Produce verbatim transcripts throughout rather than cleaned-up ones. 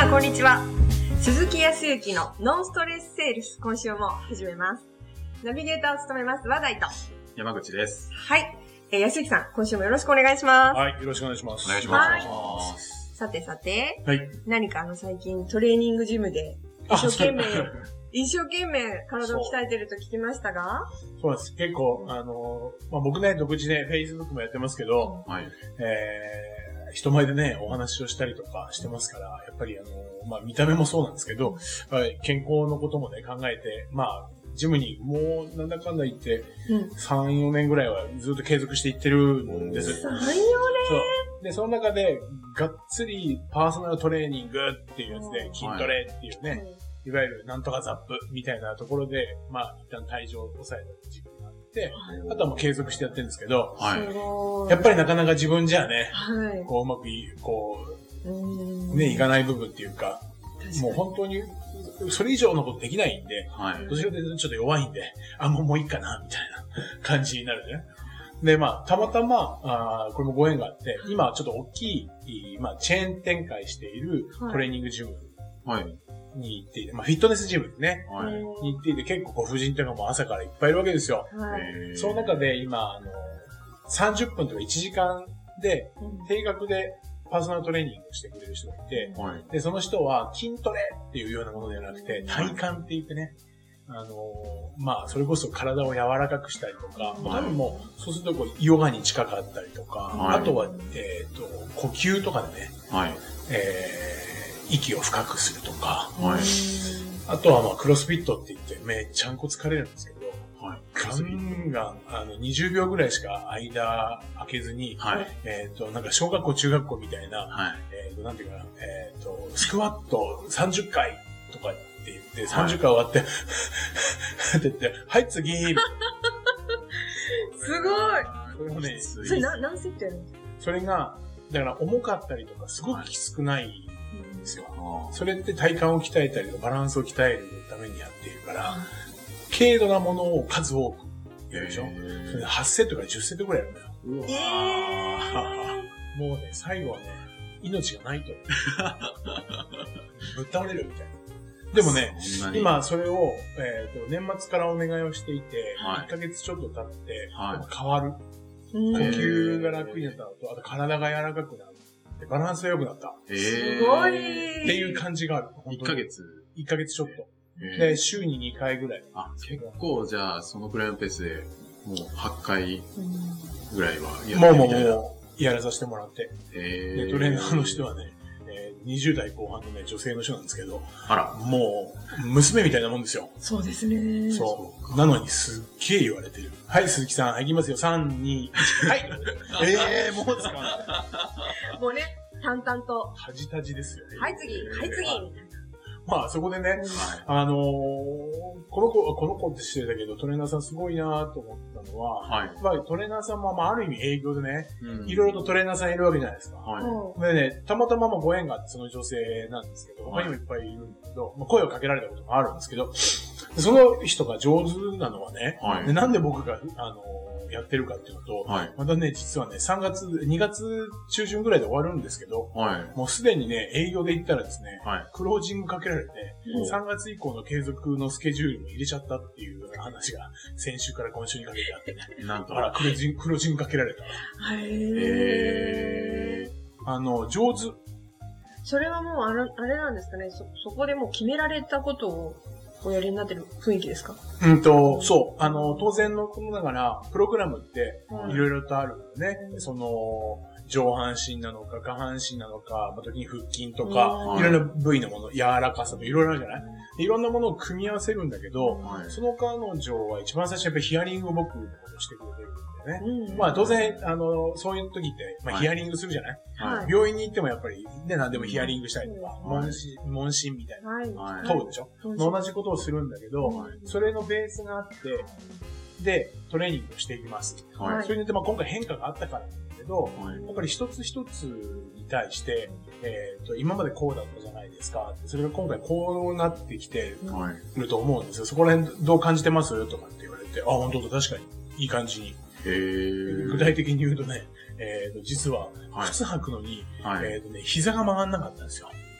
さんこんにちは。鈴木康之のノンストレスセールス、今週も始めます。ナビゲーターを務めます和田井と山口です。 はい、えー、康之さん今週もよろしくお願いします。 はい、よろしくお願いします。 お願いします。 はい、さてさて、 はい、何かあの最近トレーニングジムで一生懸命一生懸命体を鍛えてると聞きましたが、 そうです。結構あのまあ僕ね独自で Facebook もやってますけど、 はい、 えー、人前でねお話をしたりとかしてますから、やっぱりあのまあ見た目もそうなんですけど、健康のこともね考えて、まあジムにもうなんだかんだ言って、うん、さん、よねんぐらいはずっと継続していってるんです。 さん、よねん？ そう。で、その中で、がっつりパーソナルトレーニングっていうやつで、筋トレっていうね、はい、いわゆるなんとかザップみたいなところで、まあ一旦体重を抑えた時期があって、あとはもう継続してやってるんですけど、はい、やっぱりなかなか自分じゃね、はい、こううまくい、こう、ね、いかない部分っていうか、もう本当に、それ以上のことできないんで、はい、どちらかというとちょっと弱いんで、あ、もうもういいかな、みたいな感じになるね。で、まあ、たまたま、あこれもご縁があって、今ちょっと大きい、まあ、チェーン展開しているトレーニングジムに行っていて、まあ、フィットネスジムね、はい、に行っていて、結構ご婦人とかも朝からいっぱいいるわけですよ。はい、その中で今、あの、さんじゅっぷんとかいちじかんで、定額で、パーソナルトレーニングをしてくれる人がいて、はい、で、その人は筋トレっていうようなものではなくて、体幹って言ってね、あのー、まあ、それこそ体を柔らかくしたりとか、はい、多分もう、そうするとこう、ヨガに近かったりとか、はい、あとは、えっと、呼吸とかでね、はい、えー、息を深くするとか、はい、あとはまあ、クロスフィットって言って、めっちゃんこ疲れるんですけど、はい、ガンガン、あの、にじゅうびょうぐらいしか間開けずに、はい、えっと、なんか小学校、中学校みたいな、はい、えっと、なんていうかな、えっと、スクワットさんじゅっかいとかって言って、さんじゅっかい終わって、はい、って言って、はい、次すごいそれもね、 それな何セットやるんですか？ それが、だから重かったりとか、すごくきつくないんですよ。はい、それって体幹を鍛えたりとか、バランスを鍛えるためにやっているから、軽度なものを数多くやるでしょ。それではちセットからじゅっセットぐらいやるんだよ。 えー、もうね、最後はね、命がないと。ぶっ倒れるみたいな。でもね、今それを、えーと、年末からお願いをしていて、はい、いっかげつちょっと経って、はい、変わる。呼吸が楽になったのと、あと体が柔らかくなって、バランスが良くなった。 すごいっていう感じがある。 いっかげつ ? いっかげつちょっと。で、週ににかいぐらい。 あ、結構じゃあ、そのくらいのペースで、もうはちかいぐらいはやってみたいな。 もうもうもう、やらさせてもらって。で、トレーナーの人はね、えー、にじゅうだいこう半のね、女性の人なんですけど、あら、もう、娘みたいなもんですよ。 そうですね。 そう。なのにすっげー言われてる。はい、鈴木さん、はい、いきますよ。さん、に、いち、はいえー、もう使わない。 もうね、淡々と。 タジタジですよね。 はい、次、はい、次、みたいな。 まあ、そこでね、はい、あのー、この子、この子って知ってたけど、トレーナーさんすごいなと思ったのは、はい、まあ、トレーナーさんも、まあ、ある意味営業でね、うん、いろいろとトレーナーさんいるわけじゃないですか。はい、でね、たまたままご縁があってその女性なんですけど、他にもいっぱいいるんだけど、まあ、声をかけられたこともあるんですけど、その人が上手なのはね、はい、でなんで僕が、あのー、やってるかっていうのと、はい、またね、実はね、さんがつ、にがつ中旬ぐらいで終わるんですけど、はい、もうすでにね、営業で行ったらですね、はい、クロージングかけられて、さんがつ以降の継続のスケジュールに入れちゃったっていう話が、先週から今週にかけてあってね。なんと。あら、クロージング、クロージングかけられた。へー。あの、上手。 それはもうあれ、あれなんですかね、そ、そこでもう決められたことを、おやりになってる雰囲気ですか？ うんと、そう。あの、当然のことながら、プログラムって、いろいろとあるのね。うん、その、上半身なのか、下半身なのか、まあ、時に腹筋とか、いろいろな部位のもの、柔らかさといろいろあるじゃない、いろんなものを組み合わせるんだけど、はい、その彼女は一番最初にやっぱりヒアリングを僕のことしてくれてるんだよね。うん、まあ当然、あの、そういう時って、まあヒアリングするじゃない、はい、病院に行ってもやっぱり、ね、何でもヒアリングしたりとか、問診、問診みたいな、はい、問うでしょ、はい、同じことをするんだけど、はい、それのベースがあって、で、トレーニングをしていきます。はい、それによって、まあ今回変化があったからなんだけど、はい、やっぱり一つ一つに対して、えっと、今までこうだったじゃないですか。それが今回こうなってきてると思うんですよ。そこら辺どう感じてますとかって言われて、あ、本当だ、確かにいい感じに。へー、具体的に言うとね、えっと、実は、靴履くのに、はい、えっとね、膝が曲がんなかったんですよ。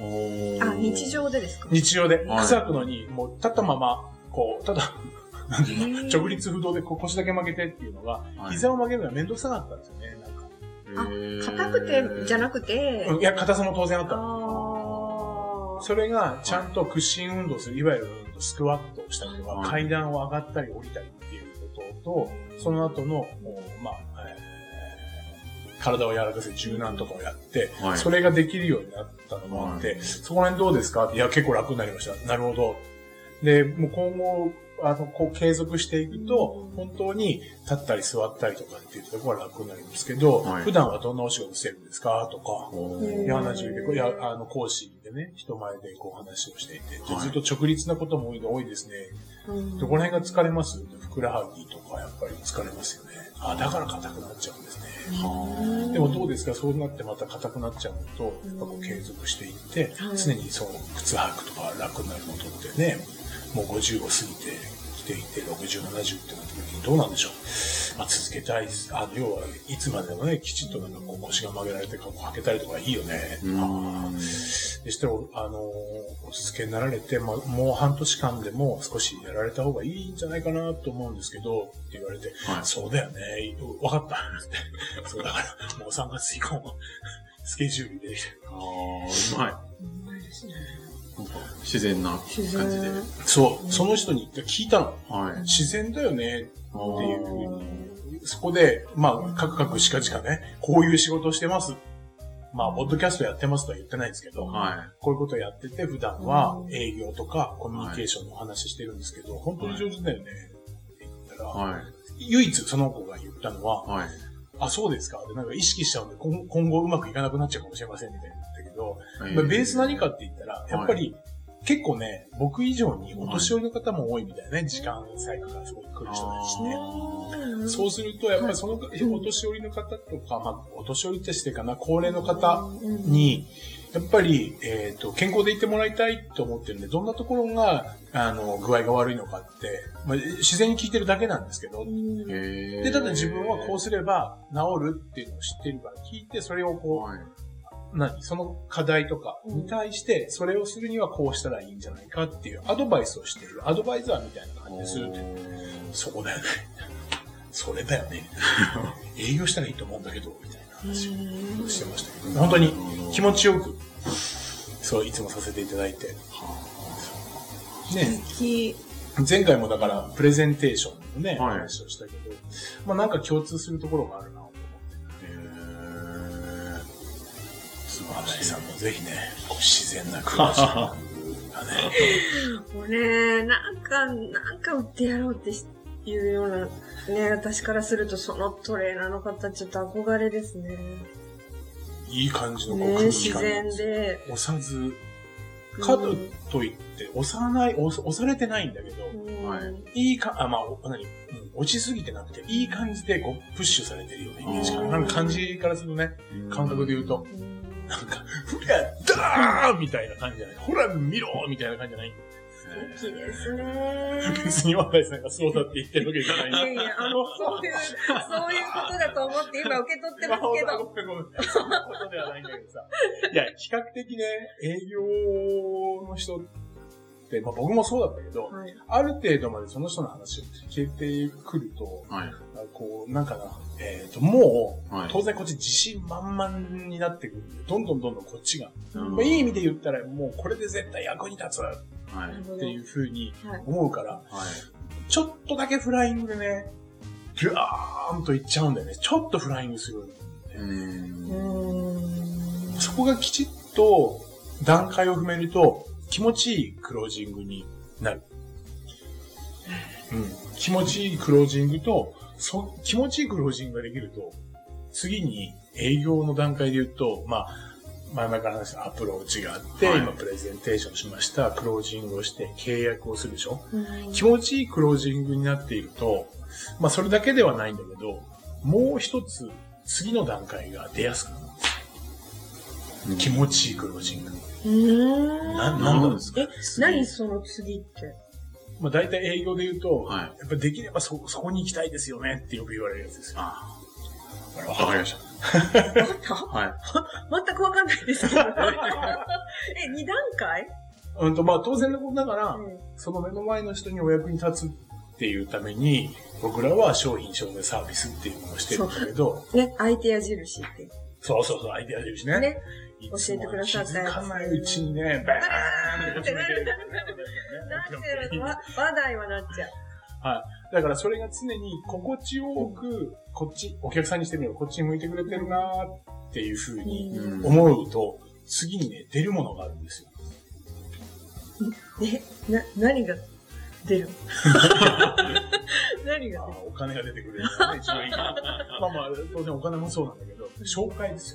あ、日常でですか？ 日常で。 はい草くのに、もう立ったまま、こう、ただ、なんていうの、直立不動でこう腰だけ曲げてっていうのが、 はい、 膝を曲げるのがめんどくさかったんですよね、なんか。 あ、硬くて、じゃなくて、 うん、いや、硬さも当然あった。 あそれが、ちゃんと屈伸運動する、いわゆるスクワットをしたりとか、 はい、 階段を上がったり降りたりっていうことと、その後の、まあ、えー、体を柔らかせ柔軟とかをやって、はい、それができるようになったのもあって、はい、そこら辺どうですか？いや、結構楽になりました。なるほど。で、もう今後、あの、こう継続していくと、本当に立ったり座ったりとかっていうところが楽になりますけど、はい、普段はどんなお仕事してるんですかとか、いう話で、いや、あの、講師でね、人前でこう話をしていて、はい、ずっと直立なことも多いですね。どこら辺が疲れます？ふくらはぎとかやっぱり疲れますよね。あ、だから硬くなっちゃうんですね。でもどうですか？そうなってまた硬くなっちゃうと、やっぱこう継続していって、常にそう、靴履くとか楽になることってね、もうごじゅうを過ぎてきていて、ろくじゅう、ななじゅうってなった時にどうなんでしょう。まあ、続けたいです。あの、要はいつまでもね、きちっとなんかこう腰が曲げられて、こう履けたりとかいいよね。あでしたら、あの、お続けになられて、まあ、もう半年間でも少しやられた方がいいんじゃないかなと思うんですけど、って言われて、はい、そうだよね。わかった。そうだから、もうさんがつ以降、スケジュールできて。 ああ、うまい。自然な感じで。 そう、その人に聞いたの。 はい、 自然だよねっていうふうに。そこで、まあ、カクカクしかじかね、こういう仕事をしてます。まあ、ポッドキャストやってますとは言ってないんですけど、はい、こういうことをやってて、普段は営業とかコミュニケーションのお話してるんですけど、はい、本当に上手だよねって言ったら、はい、唯一その子が言ったのは、はい、あ、そうですかってなんか意識しちゃうんで、今後うまくいかなくなっちゃうかもしれませんみたいな。けど、えー、ベース何かって言ったら、やっぱり、結構ね、僕以上にお年寄りの方も多いみたいなね、時間サイクルがすごく来る人たちね。そうすると、やっぱりその、お年寄りの方とか、まあ、お年寄りとしてかな、高齢の方に、やっぱり、えっと、健康でいてもらいたいと思ってるんで、どんなところが、あの、具合が悪いのかって、まあ、自然に聞いてるだけなんですけど、で、ただ自分はこうすれば治るっていうのを知ってるから聞いて、それをこう、はい、何その課題とかに対して、それをするにはこうしたらいいんじゃないかっていうアドバイスをしている。アドバイザーみたいな感じでするって。そこだよね。それだよね。営業したらいいと思うんだけど、みたいな話をしてましたけど、本当に気持ちよく、そう、いつもさせていただいて。ね。前回もだから、プレゼンテーションのね、はい、話をしたけど、まあなんか共通するところがあるな。マダイさんもぜひね、こう自然な暮らしがね。 もうね、なんか、なんか売ってやろうっていうような、ね、私からするとそのトレーナーの方ちょっと憧れですね。 いい感じのこう空気感、ね、自然で。 押さず、かといって、押さない、押さ、押されてないんだけど、はい、いいか、あ、まあ、何、うん、落ちすぎてなくて、いい感じでこうプッシュされてるようなイメージかな。なんか感じからするとね、感覚で言うと。なんか、ふら、ダーンみたいな感じじゃない。ほら、見ろみたいな感じじゃない。 素敵ですね。 別に若井さんがそうだって言ってるわけじゃない。 いやいや、あの、そういう、そういうことだと思って今受け取ってますけど。 ごめんごめん。そういうことではないんだけどさ。いや、比較的ね、営業の人って、まあ僕もそうだったけど、はい、ある程度までその人の話を聞けてくると、はい、こう、なんかな、えっと、もう、はい、当然こっち自信満々になってくるんで、どんどんどんどんこっちが、まあ、いい意味で言ったらもうこれで絶対役に立つっていう風に思うから、はいはい、ちょっとだけフライングでね、ギューンといっちゃうんだよね。ちょっとフライングするようになるんだよね。そこがきちっと段階を踏めると気持ちいいクロージングになる。うん、気持ちいいクロージングと、そ気持ちいいクロージングができると、次に営業の段階で言うと、まあ、前々から話したアプローチがあって、はい、今プレゼンテーションしました、クロージングをして契約をするでしょ、うん、気持ちいいクロージングになっていると、まあそれだけではないんだけど、もう一つ次の段階が出やすくなるんですよ。うん、気持ちいいクロージング。 うーん。 な、なんなんですか？ え、何その次って。 まあ大体営業で言うと、はい、やっぱできればそ、そこに行きたいですよねってよく言われるやつですよ。あわかりました。 またはい。 全くわかんないですけど。え、二段階うんと、まあ当然のことだから、 うん、 その目の前の人にお役に立つっていうために、僕らは商品証明サービスっていうのをしてるんだけど。 ね、相手矢印って。 そうそうそう、相手矢印ね。 ね。教えてくださったやつ。 気づかないうちにね、バーンってなる。 なんで、話題はなっちゃう。 はい。だからそれが常に心地よく、こっち、お客さんにしてみればこっちに向いてくれてるなーっていうふうに思うと、次にね、出るものがあるんですよ。 え、な、何が出る何が出るお金が出てくれるのがね、一番いい。まあまあ、当然お金もそうなんだけど、紹介ですよ。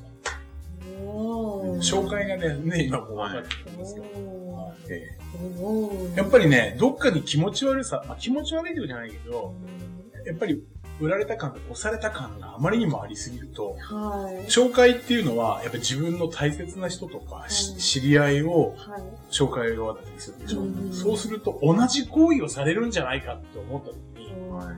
紹介がね、ね、今もう分かってるんですけど。ええ、やっぱりね、どっかに気持ち悪さ、まあ、気持ち悪いというじゃないけど、やっぱり売られた感とか押された感があまりにもありすぎると、はい、紹介っていうのは、やっぱり自分の大切な人とか、はい、知り合いを紹介を渡ったりするでしょ、はい、そうすると同じ行為をされるんじゃないかって思った時に、はい、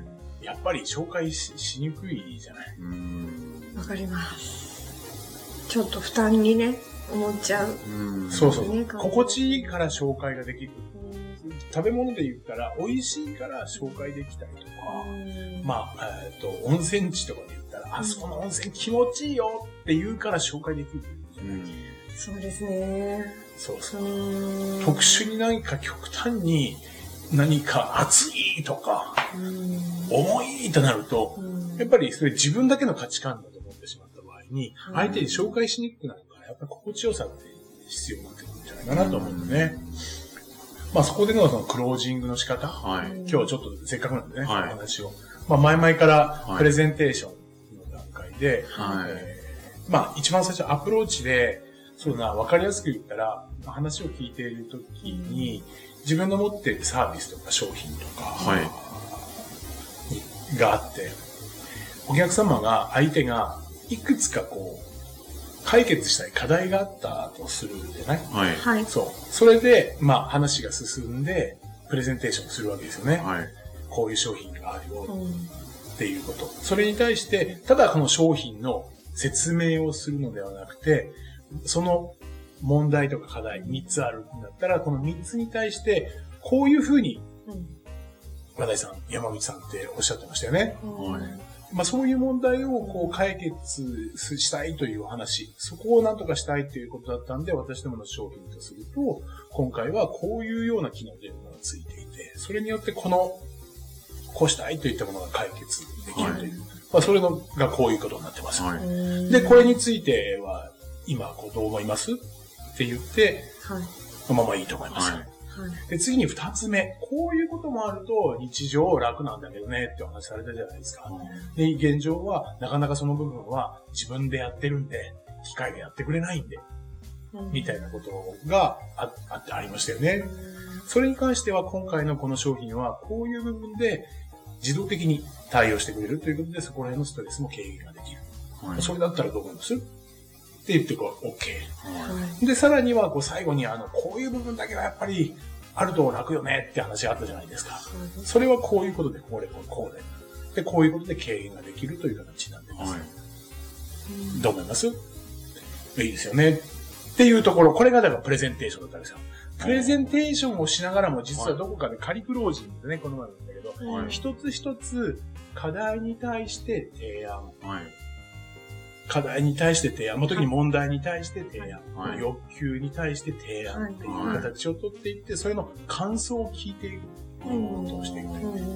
やっぱり紹介 し, しにくいじゃない。 わかります。ちょっと負担にね、思っちゃう。 うん、そうそう。心地いいから紹介ができる。食べ物で言ったら、美味しいから紹介できたりとか、まあ、えっと、温泉地とかで言ったら、あそこの温泉気持ちいいよって言うから紹介できるじゃない。 そうですね。 そうそう。特殊に何か極端に何か熱いとか、重いとなると、やっぱりそれ自分だけの価値観だと思ってしまった場合に、相手に紹介しにくくなるから、やっぱり心地よさって必要になってくるんじゃないかなと思うんだね。まあそこでのそのクロージングの仕方、はい、今日はちょっとせっかくなんでね、はい、お話を。まあ前々からプレゼンテーションの段階で、はいえー、まあ一番最初アプローチで、そうな、わかりやすく言ったら、話を聞いているときに、自分の持っているサービスとか商品とか、はい、があって、お客様が、相手が、いくつかこう、解決したい課題があったとするじゃない？はい。そう。それで、まあ話が進んで、プレゼンテーションするわけですよね。はい。こういう商品があるよ、っていうこと。それに対して、ただこの商品の説明をするのではなくて、その問題とか課題みっつあるんだったら、このみっつに対して、こういうふうに、和田井さん、山口さんっておっしゃってましたよね。はい。まあそういう問題をこう解決したいという話、そこをなんとかしたいということだったんで、私どもの商品とすると、今回はこういうような機能というものがついていて、それによってこの、こうしたいといったものが解決できるという。はい、まあそれのがこういうことになってます。はい、で、これについては、今こうどう思いますって言って、はい、そのままいいと思います。はいで、次に二つ目。こういうこともあると日常楽なんだけどねってお話されたじゃないですか。で、現状はなかなかその部分は自分でやってるんで、機械がやってくれないんで、みたいなことが あ, あってありましたよね。それに関しては今回のこの商品はこういう部分で自動的に対応してくれるということで、そこら辺のストレスも軽減ができる。はい、それだったらどう思いますって言ってこう、OK。はい、で、さらには、こう、最後に、あの、こういう部分だけはやっぱり、あると楽よねって話があったじゃないですか。はい、それはこういうことで、こうで、こうで、こうで。で、こういうことで軽減ができるという形になってます。はい、どう思います？いいですよね。っていうところ、これがだからプレゼンテーションだったんですよ。プレゼンテーションをしながらも、実はどこかで仮クロージングでね、この前なんだけど、はい、一つ一つ課題に対して提案。はい課題に対して提案、まあ、時に問題に対して提案、はい、欲求に対して提案っていう形をとっていって、それの感想を聞いていくことをしていく。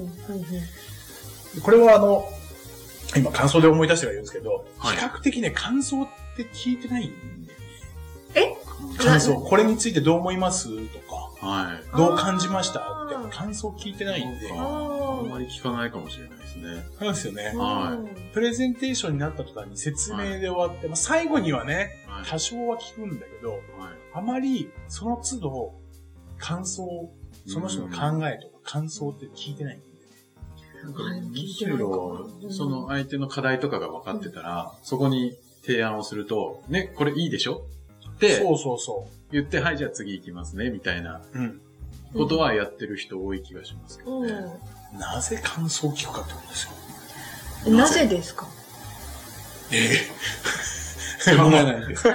これはあの、今感想で思い出してはいるんですけど、比較的ね、感想って聞いてないんで、 え感想、これについてどう思いますとか、はい、どう感じましたって感想聞いてないんで、 あんまり聞かないかもしれないですね。 そうですよね。はい。プレゼンテーションになった途端に説明で終わって、はい、まあ、最後にはね、はい、多少は聞くんだけど、はい、あまりその都度感想、その人の考えとか感想って聞いてないんで。 むしろ、その相手の課題とかが分かってたら、うん、そこに提案をすると、ね、これいいでしょって、 そうそうそう。 言って、はい、じゃあ次行きますね、みたいなことはやってる人多い気がしますけどね。 うん、なぜ感想を聞くかってことですよ。 なぜですか？ ええ考えないです。 あ、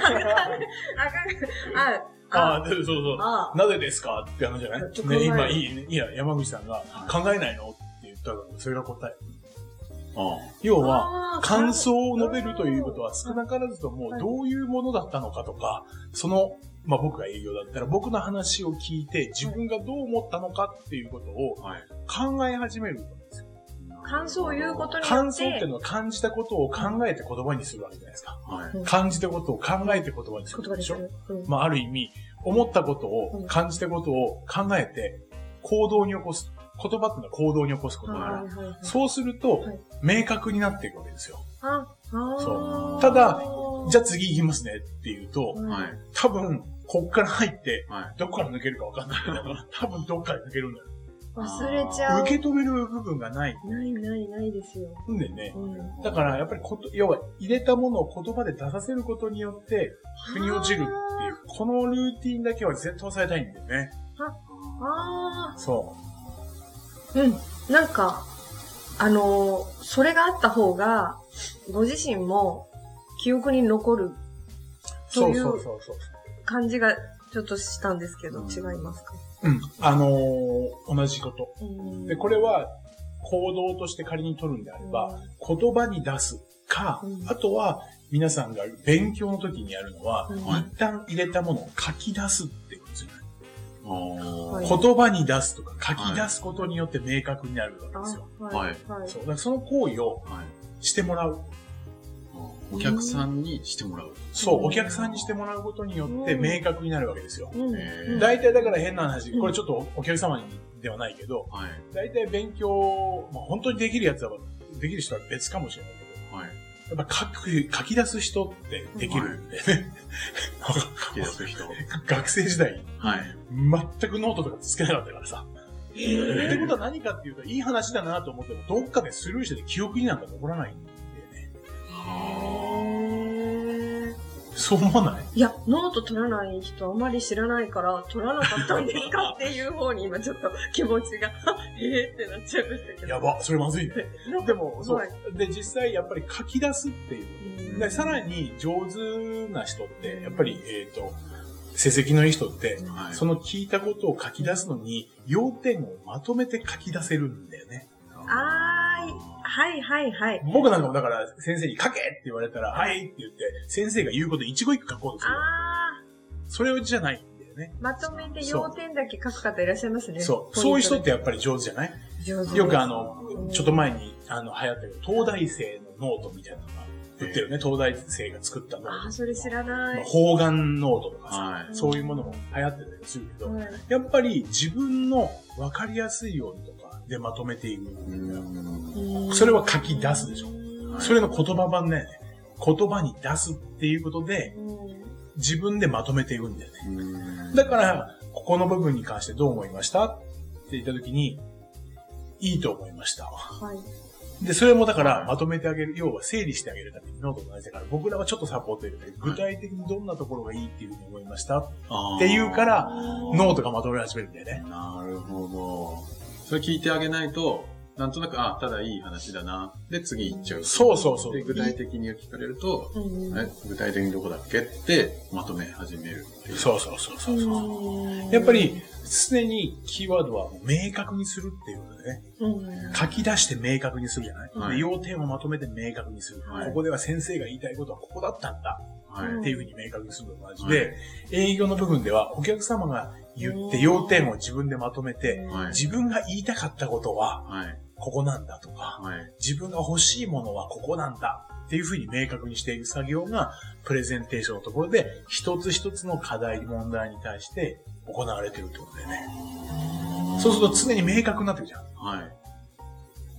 ああ、そうそう。 あなぜですかって話じゃないね、今いいね。いや、山口さんが考えないのって言ったから、それが答え。ああ要は、感想を述べるということは少なからずともどういうものだったのかとか、その、まあ僕が営業だったら僕の話を聞いて自分がどう思ったのかっていうことを考え始めるんですよ。 感想を言うことによって。 感想っていうのは感じたことを考えて言葉にするわけじゃないですか。はい、感じたことを考えて言葉にするでしょ。うん、まあある意味、思ったことを、感じたことを考えて行動に起こす。言葉っていうのは行動に起こすことがある。はいはいはい、そうすると、はい、明確になっていくわけですよ。ああそうただ、じゃあ次行きますねっていうと、はい、多分、こっから入って、はい、どこから抜けるかわかんないけど、多分どっから抜けるんだよ。 忘れちゃう。 受け止める部分がない。 ないないないですよ。 んでね。うん、だからやっぱりこと、要は入れたものを言葉で出させることによって、腑に落ちるっていう、このルーティンだけは絶対抑えたいんだよね。ああ。そう。 うん。なんか、あのー、それがあった方が、ご自身も記憶に残る。そうそうそうそう。感じがちょっとしたんですけど、違いますか？ うん。あのー、同じこと。で、これは行動として仮に取るんであれば、言葉に出すか、うん、あとは皆さんが勉強の時にやるのは、うん、一旦入れたものを書き出すってことですよね。言葉に出すとか書き出すことによって明確になるわけですよ。はい。そう。だからその行為をしてもらう。 お客さんにしてもらう。 そう、お客さんにしてもらうことによって明確になるわけですよ。大体だから変な話、これちょっとお客様にではないけど、大体勉強、まあ、本当にできるやつは、できる人は別かもしれないけど、はい、やっぱ書く、書き出す人ってできるんでね。 書き出す人。 学生時代、はい、全くノートとかつけなかったからさ。えー、ってことは何かっていうと、いい話だなと思っても、どっかでスルーして記憶になんか残らないんだよね。そう思わない？ いや、ノート取らない人あまり知らないから、取らなかったんですかっていう方に今ちょっと気持ちが、えーってなっちゃいましたけど。 やば、それまずいね。でも、そう、はい。で、実際やっぱり書き出すっていう。で、さらに上手な人って、やっぱり、えっと、成績のいい人って、はい、その聞いたことを書き出すのに、要点をまとめて書き出せるんだよね。 あー、はいはいはい。 僕なんかもだから先生に書けって言われたら、はいって言って、先生が言うこと一語一句書こうとする。あー。それじゃないんだよね。 まとめて要点だけ書く方いらっしゃいますね。 そう。そういう人ってやっぱり上手じゃない？上手。よくあの、ちょっと前にあの流行ったけど、東大生のノートみたいなのが売ってるね。東大生が作ったノート。 あ、それ知らない。まあ、 方眼ノートとかさ、はい、そういうものも流行ってたりするけど、はい、やっぱり自分の分かりやすいようにとかでまとめていく。それは書き出すでしょ。はい、それの言葉版だよね。言葉に出すっていうことで、自分でまとめていくんだよね。だから、ここの部分に関してどう思いましたって言ったときに、いいと思いました。はい、で、それもだから、まとめてあげる、要は整理してあげるためにノートと同じだから、僕らはちょっとサポート入れて、具体的にどんなところがいいっていうふうに思いましたっていうから、ノートがまとめ始めるんだよね。 なるほど。それ聞いてあげないと、なんとなく、あ、ただいい話だな。で、次行っちゃう。 そうそうそう。 で、具体的に聞かれると、え、具体的にどこだっけってまとめ始めるっていう。 そうそうそうそうそう。やっぱり、常にキーワードは明確にするっていうことでね。うん、書き出して明確にするじゃない、はい、で要点をまとめて明確にする、はい。ここでは先生が言いたいことはここだったんだ。はい、っていうふうに明確にするのと同じで、はい、営業の部分ではお客様が言って要点を自分でまとめて、はい、自分が言いたかったことは、ここなんだとか、はい、自分が欲しいものはここなんだっていうふうに明確にしていく作業がプレゼンテーションのところで一つ一つの課題、問題に対して行われてるってことだよね。そうすると常に明確になってるじゃん。はい。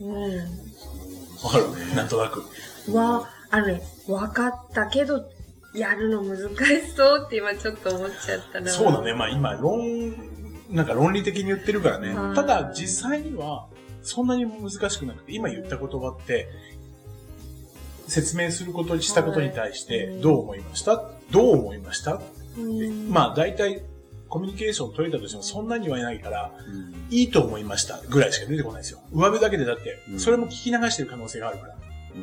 うん。わかるね。なんとなく。 わ、あのね、わかったけど、やるの難しそうって今ちょっと思っちゃったな。 そうだね。まあ今論、なんか論理的に言ってるからね。ただ実際にはそんなに難しくなくて、今言った言葉って、説明することにしたことに対してどう思いました、はい、どう思いましたって、まあ大体コミュニケーション取れたとしてもそんなにはいないから、うん、いいと思いましたぐらいしか出てこないですよ。上辺だけでだって、それも聞き流してる可能性があるから。 うん、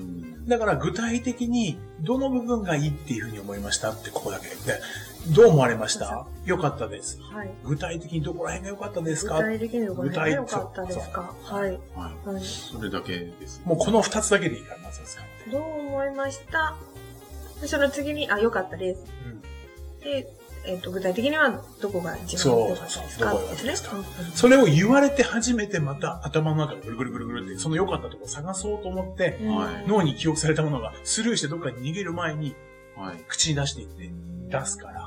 だから具体的にどの部分がいいっていうふうに思いましたってここだけで。どう思われました？良かったです。はい。具体的にどこら辺が良かったですか？ 具体的にどこら辺が良かったですか？はい。 はい。それだけです。 もうこの二つだけでいいから、まず使って。 どう思いました？その次に、あ、良かったです。うん。で、えっと、具体的にはどこが一番良かったですか？そうそうそう。どこが良かったですか？ それを言われて初めてまた頭の中でぐるぐるぐるぐるって、その良かったところを探そうと思って、脳に記憶されたものがスルーしてどっかに逃げる前に、口に出していって、出すから。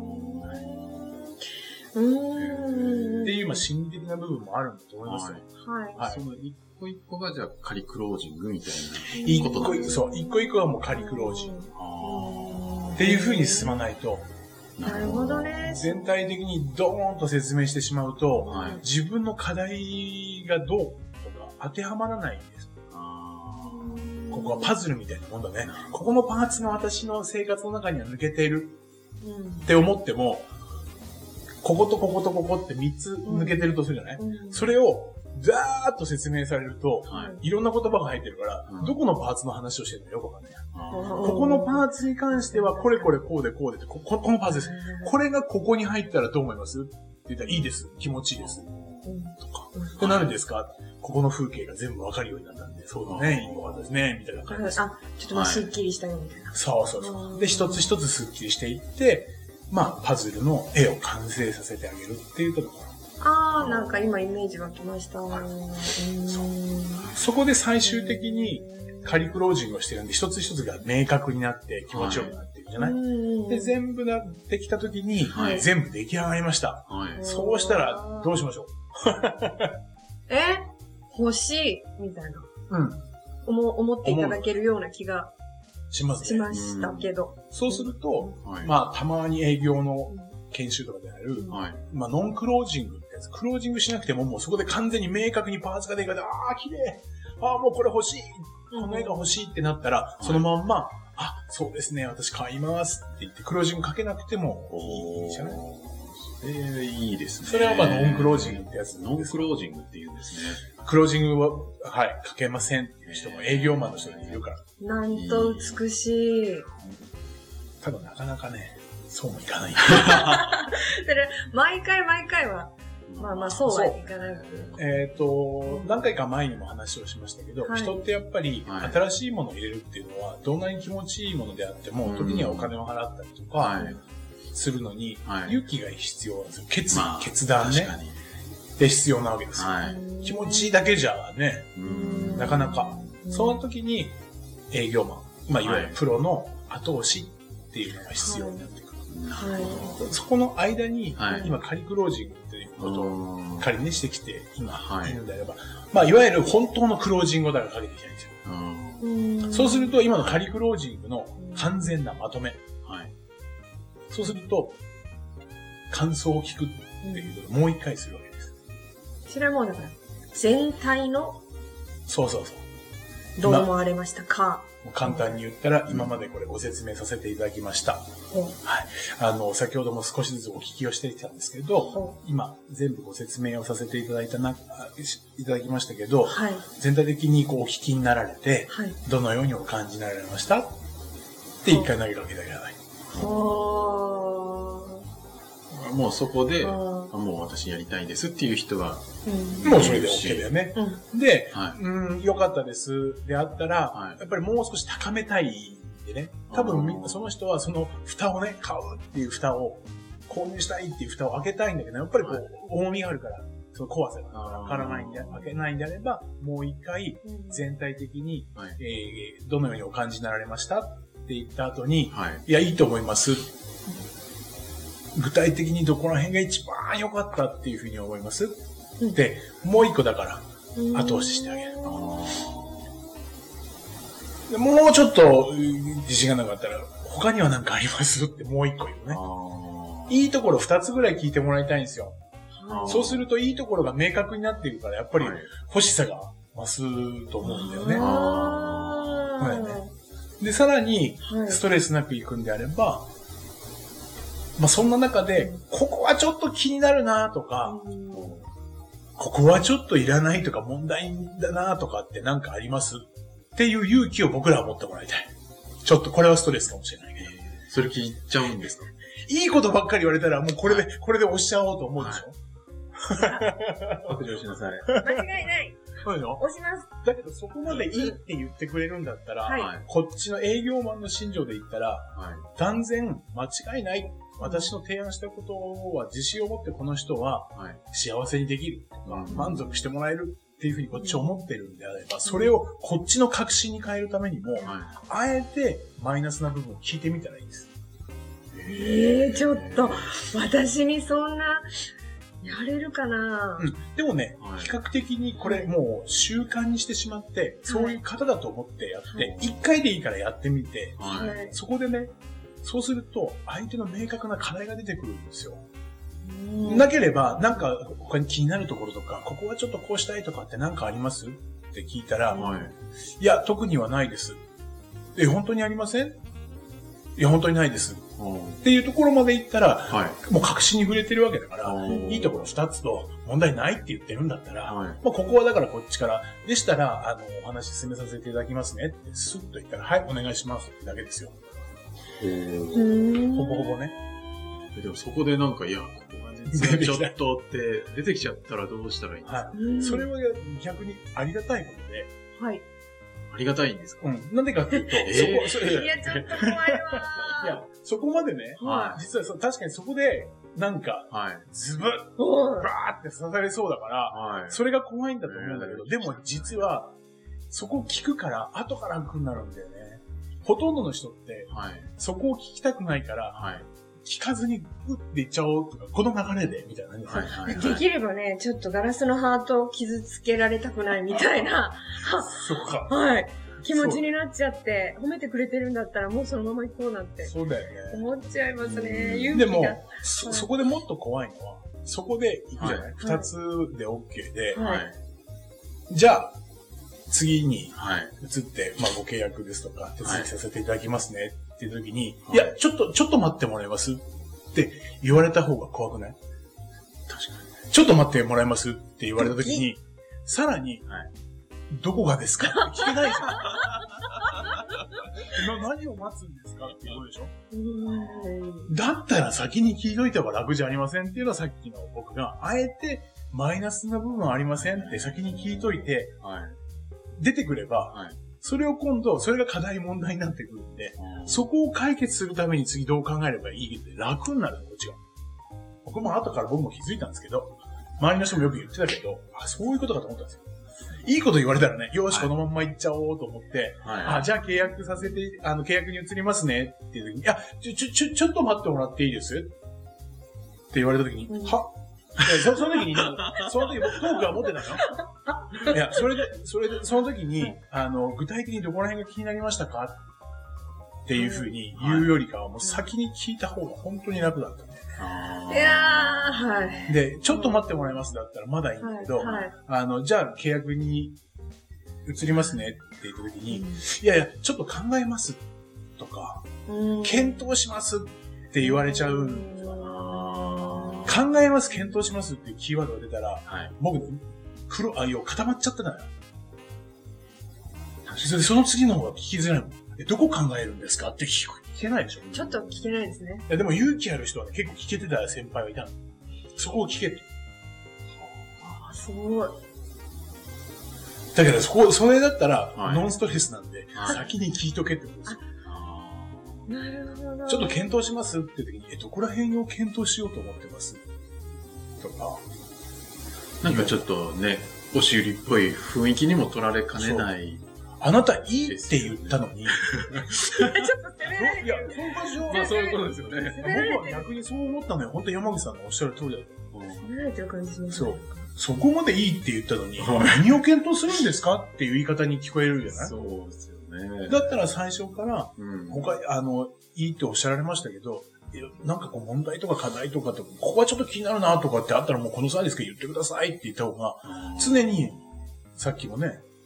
うーんっていう、まあ、心理的な部分もあるんだと思いますよ。 はい。はい。その一個一個がじゃあ仮クロージングみたいなことなんですか？そう、一個一個はもう仮クロージング。あっていう風に進まないと。 なるほどね。 全体的にドーンと説明してしまうと、はい、自分の課題がどうとか当てはまらないんです。ここはパズルみたいなもんだね。ここのパーツが私の生活の中には抜けているって思っても、こことこことここってみっつ抜けてるとするじゃない、うん、それをザーッと説明されると、はい、いろんな言葉が入ってるから、うん、どこのパーツの話をしてるのかよくわかんない。ここのパーツに関してはこれこれこうでこうでって、こ, こ, このパーツです。これがここに入ったらどう思いますって言ったらいいです。気持ちいいです。うん、とか。で、何ですか、ここの風景が全部わかるようになったんで、そうだね、いい子ですね、みたいな感じです。 あ、ちょっとまあスッキリしたよみたいな、はい。 そうそうそう。で、一つ一つスッキリしていって、まあ、パズルの絵を完成させてあげるっていうところ。 ああ、なんか今イメージ湧きました。はい、 そう。そこで最終的に仮クロージングをしてるんで、一つ一つが明確になって気持ちよくなってるじゃない、はい、で、全部なってきたときに、はい、全部出来上がりました。はい、そうしたら、どうしましょうえ欲しいみたいな。うん。思、思っていただけるような気が。 しますね。 しましたけど。 そうすると、はい、まあ、たまに営業の研修とかである、はい、まあ、ノンクロージングってやつ。クロージングしなくても、もうそこで完全に明確にパーツが出るから、ああ、綺麗。ああ、もうこれ欲しい。この絵が欲しいってなったら、そのまんま、はい、あ、そうですね、私買いますって言って、クロージングかけなくてもいいじゃない？ えー、いいですね。 それはまあ、ノンクロージングってやつ。 ノンクロージングって言うんですね。 クロージングは、はい、かけませんっていう人も営業マンの人がいるから。 なんと美しい。 ただなかなかね、そうもいかない。 それ、毎回毎回は、まあまあそうはいかないので。 えっと、何回か前にも話をしましたけど、はい、人ってやっぱり新しいものを入れるっていうのは、どんなに気持ちいいものであっても、時にはお金を払ったりとか、はいするのに、はい、勇気が必要なんですよ。決意、まあ、決断ね。で必要なわけですよ、はい。気持ちいいだけじゃね、なかなか。その時に営業マン、まあいわゆるプロの後押しっていうのが必要になってくる。はい、そこの間に、はい、今仮クロージングということを仮にしてきて今いるんであれば、はい、まあいわゆる本当のクロージングだからかけていきたいんですよ。そうすると今の仮クロージングの完全なまとめ。そうすると、感想を聞くっていうのをもう一回するわけです。 それはもうだから、全体の、 そうそうそう。 どう思われましたか？ 簡単に言ったら、今までこれご説明させていただきました。うん、はい。あの、先ほども少しずつお聞きをしていたんですけど、うん、今、全部ご説明をさせていただいたな、いただきましたけど、はい、全体的にこうお聞きになられて、はい、どのようにお感じになられましたって一回投げかけてあげなさい。 もうそこで、もう私やりたいですっていう人は、 うん、もうそれで OK だよね。うん、で、はい、うん、よかったですであったら、はい、やっぱりもう少し高めたいんでね。多分その人はその蓋をね、買うっていう蓋を、購入したいっていう蓋を開けたいんだけど、やっぱりこう、はい、重みがあるから、その怖さがわからないんで、開けないんであれば、もう一回全体的に、はい、えー、どのようにお感じになられましたって言った後に、はい、いや、いいと思います。具体的にどこら辺が一番良かったっていうふうに思います、うん、で、もう一個だから、後押ししてあげる。でもうちょっと自信がなかったら、他には何かありますってもう一個言うね。いいところ二つぐらい聞いてもらいたいんですよ。そうするといいところが明確になっているから、やっぱり欲しさが増すと思うんだよね。はい、で、さらに、ストレスなくいくんであれば、まあ、そんな中で、ここはちょっと気になるなとか、ここはちょっといらないとか問題だなとかってなんかあります？ っていう勇気を僕らは持ってもらいたい。ちょっとこれはストレスかもしれないけど。 それ聞いちゃうんですか？ いいことばっかり言われたらもうこれで、はい、これで押しちゃおうと思うでしょ、 白状しなさい。 間違いない。 そうよ。 押します。 だけどそこまでいいって言ってくれるんだったら、はい、こっちの営業マンの心情で言ったら、はい、断然間違いない。私の提案したことは自信を持ってこの人は幸せにできるとか、はい、満足してもらえるっていうふうにこっち思ってるんであれば、それをこっちの確信に変えるためにも、はい、あえてマイナスな部分を聞いてみたらいいです。 ええー、ちょっと、私にそんな、やれるかな、 うん、でもね、はい、比較的にこれもう習慣にしてしまって、そういう方だと思ってやって、一、はい、回でいいからやってみて、はい、そこでね、そうすると相手の明確な課題が出てくるんですよ。なければ、なんか他に気になるところとか、ここはちょっとこうしたいとかって何かありますって聞いたら、はい、いや、特にはないです。え、本当にありません？いや、本当にないです。っていうところまで行ったら、はい、もう確信に触れてるわけだから、いいところ二つと問題ないって言ってるんだったら、はい、まあここはだからこっちから、でしたら、あの、お話進めさせていただきますねってスッと言ったら、はい、お願いしますってだけですよ。ほぼほぼね。 でもそこでなんか、いや、ここが実はちょっとって出てきちゃったらどうしたらいいんですか？はい、 それは逆にありがたいことで、 はい。 ありがたいんですか？ うん。なんでかっていうと、えー、そこ、いや、ちょっと怖いわいや、そこまでね、はい、実はそ確かにそこで、なんか、はい、ズブッ、バーって刺されそうだから、はい、それが怖いんだと思うんだけど、でも実は、そこを聞くから、後から楽になるんだよね。ほとんどの人って、はい、そこを聞きたくないから、はい、聞かずに、うって言っちゃおうとか、この流れで、みたいな、ねはいはいはい。 できればね、ちょっとガラスのハートを傷つけられたくないみたいな。 そっか。 はい。気持ちになっちゃって、褒めてくれてるんだったらもうそのまま行こうなんて。 そうだよね。 思っちゃいますね。勇気が。 でも、そ、はい、そこでもっと怖いのは、そこで行くじゃない二、はい、つで OK で、はい、じゃあ、次に移って、まあご契約ですとか、手続きさせていただきますねっていう時に、はい、いや、ちょっと、ちょっと待ってもらえますって言われた方が怖くない？ 確かに。 ちょっと待ってもらえますって言われた時に、さらに、はいどこがですかって聞けないじゃん。何を待つんですかって言うでしょ。だったら先に聞いといた方が楽じゃありませんっていうのはさっきの僕が、あえてマイナスな部分ありませんって先に聞いといて、はい、出てくれば、はい、それを今度、それが課題問題になってくるんで、そこを解決するために次どう考えればいいって楽になるの、こっちが。僕も後から僕も気づいたんですけど、周りの人もよく言ってたけど、あ、そういうことかと思ったんですよ。いいこと言われたらね、よし、はい、このまんま行っちゃおうと思って、はいはい、あ、じゃあ契約させて、あの、契約に移りますねっていう時に、いや、ちょ、ちょ、ちょ、ちょっと待ってもらっていいですって言われた時に、うん、はそ, その時に、その時僕トークは持ってたのいや、それで、それで、その時に、あの、具体的にどこら辺が気になりましたかっていう風に言うよりかは、もう先に聞いた方が本当に楽だった。 いやー、はい。 で、ちょっと待ってもらいますだったらまだいいんだけど、はいはい、あの、じゃあ契約に移りますねって言った時に、うん、いやいや、ちょっと考えますとか、うん、検討しますって言われちゃうんですよ。考えます、検討しますっていうキーワードが出たら、はい、僕、黒、あ、要固まっちゃってたのよ。その次の方が聞きづらいもん。どこ考えるんですかって聞けないでしょ。 ちょっと聞けないですね。 いやでも勇気ある人は、ね、結構聞けてた先輩はいたの。そこを聞けって。 ああ、すごい。 だけどそこ、それだったら、はい、ノンストレスなんで、はい、先に聞いとけってことですよ。 なるほど。 ちょっと検討しますって時に、え、どこら辺を検討しようと思ってますとか。 なんかちょっとね、押し売りっぽい雰囲気にも取られかねない。 あなたいいって言ったのに。 ちょっと責められてる。いや、 そういう感じは。 まあそういうことですよね。 僕は逆にそう思ったのよ。本当に山口さんのおっしゃる通りだと。 責められてる感じします。 そう。そこまでいいって言ったのに、何を検討するんですかっていう言い方に聞こえるじゃない？ そうですよね。 だったら最初から、うん、他、あの、いいっておっしゃられましたけど、なんかこう問題とか課題とかって、ここはちょっと気になるなとかってあったらもうこの際ですけど言ってくださいって言った方が、常に、さっきもね、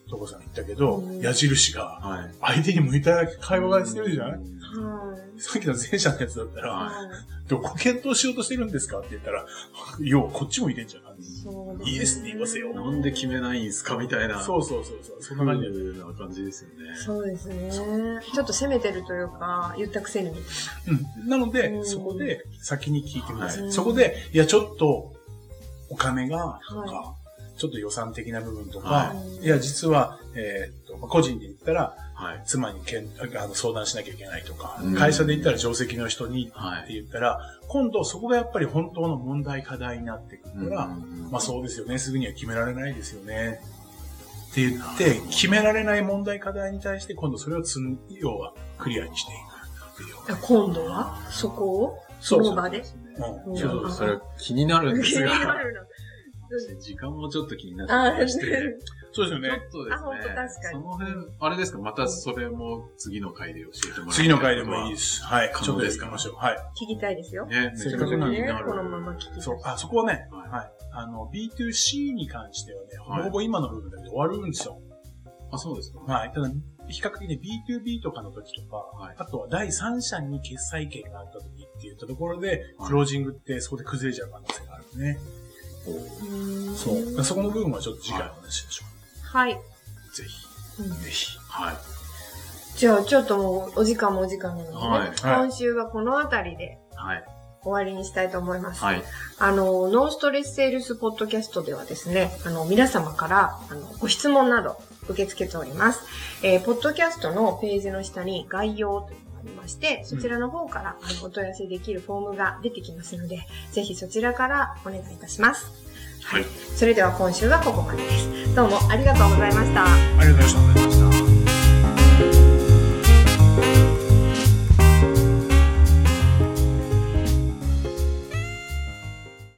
トコさん言ったけど、 うん、 矢印が、相手に向いた会話がしてるじゃない、うん、さっきの前者のやつだったら、はい、どこ検討しようとしてるんですかって言ったら、要はこっちもいてんじゃん。そうですね、イエスって言いますよ。 なんで決めないんすかみたいな。 そうそうそうそう。そんな感じな感じですよね。 そうですね。ちょっと攻めてるというか、言ったくせに。 うん。なので、うん、そこで先に聞いてください。はい、そこで、いや、ちょっと、お金が、とか、はい、ちょっと予算的な部分とか、はい、いや、実は、えー、っと、個人で言ったら、はい、妻にけんあの相談しなきゃいけないとか、うん、会社で言ったら定石の人にって言ったら、はい、今度そこがやっぱり本当の問題課題になってくるから、うん、まあそうですよね、すぐには決められないですよね。って言って、決められない問題課題に対して今度それをつん、要はクリアにしていくっていう。 今度はそこをその場で、 うん、ちょっとそれ気になるんですが。気になるな。時間もちょっと気になってまして。 そうですよね。 ちょっとですね。 あ、本当確かに。 その辺、あれですか、またそれも次の回で教えてもらって。 次の回でもいいです。はい。ちょっとですかましょう。はい。 聞きたいですよ。 ね、 せっかくなんで、 このまま聞きたい。 そう、あ、そこはね、はい。あの、ビーツーシー に関してはね、ほぼほぼ今の部分だけで終わるんですよ。 あ、そうですか。 はい。ただ、比較的ね、ビーツービー とかの時とか、はい、あとは第三者に決済権があった時って言ったところで、クロージングってそこで崩れちゃう可能性があるね。そう。そこの部分はちょっと次回お話しましょう。はい。 ぜひ。うん、ぜひ。はい。 じゃあ、ちょっともうお時間もお時間なので、ね、はい、今週はこのあたりで、はい。終わりにしたいと思います。はい。あの、ノンストレスセールスポッドキャストではですね、あの、皆様から、あの、ご質問など受け付けております。えー、ポッドキャストのページの下に概要というのがありまして、そちらの方から、うん、お問い合わせできるフォームが出てきますので、ぜひそちらからお願いいたします。はい。それでは今週はここまでです。どうもありがとうございました。 ありがとうございました。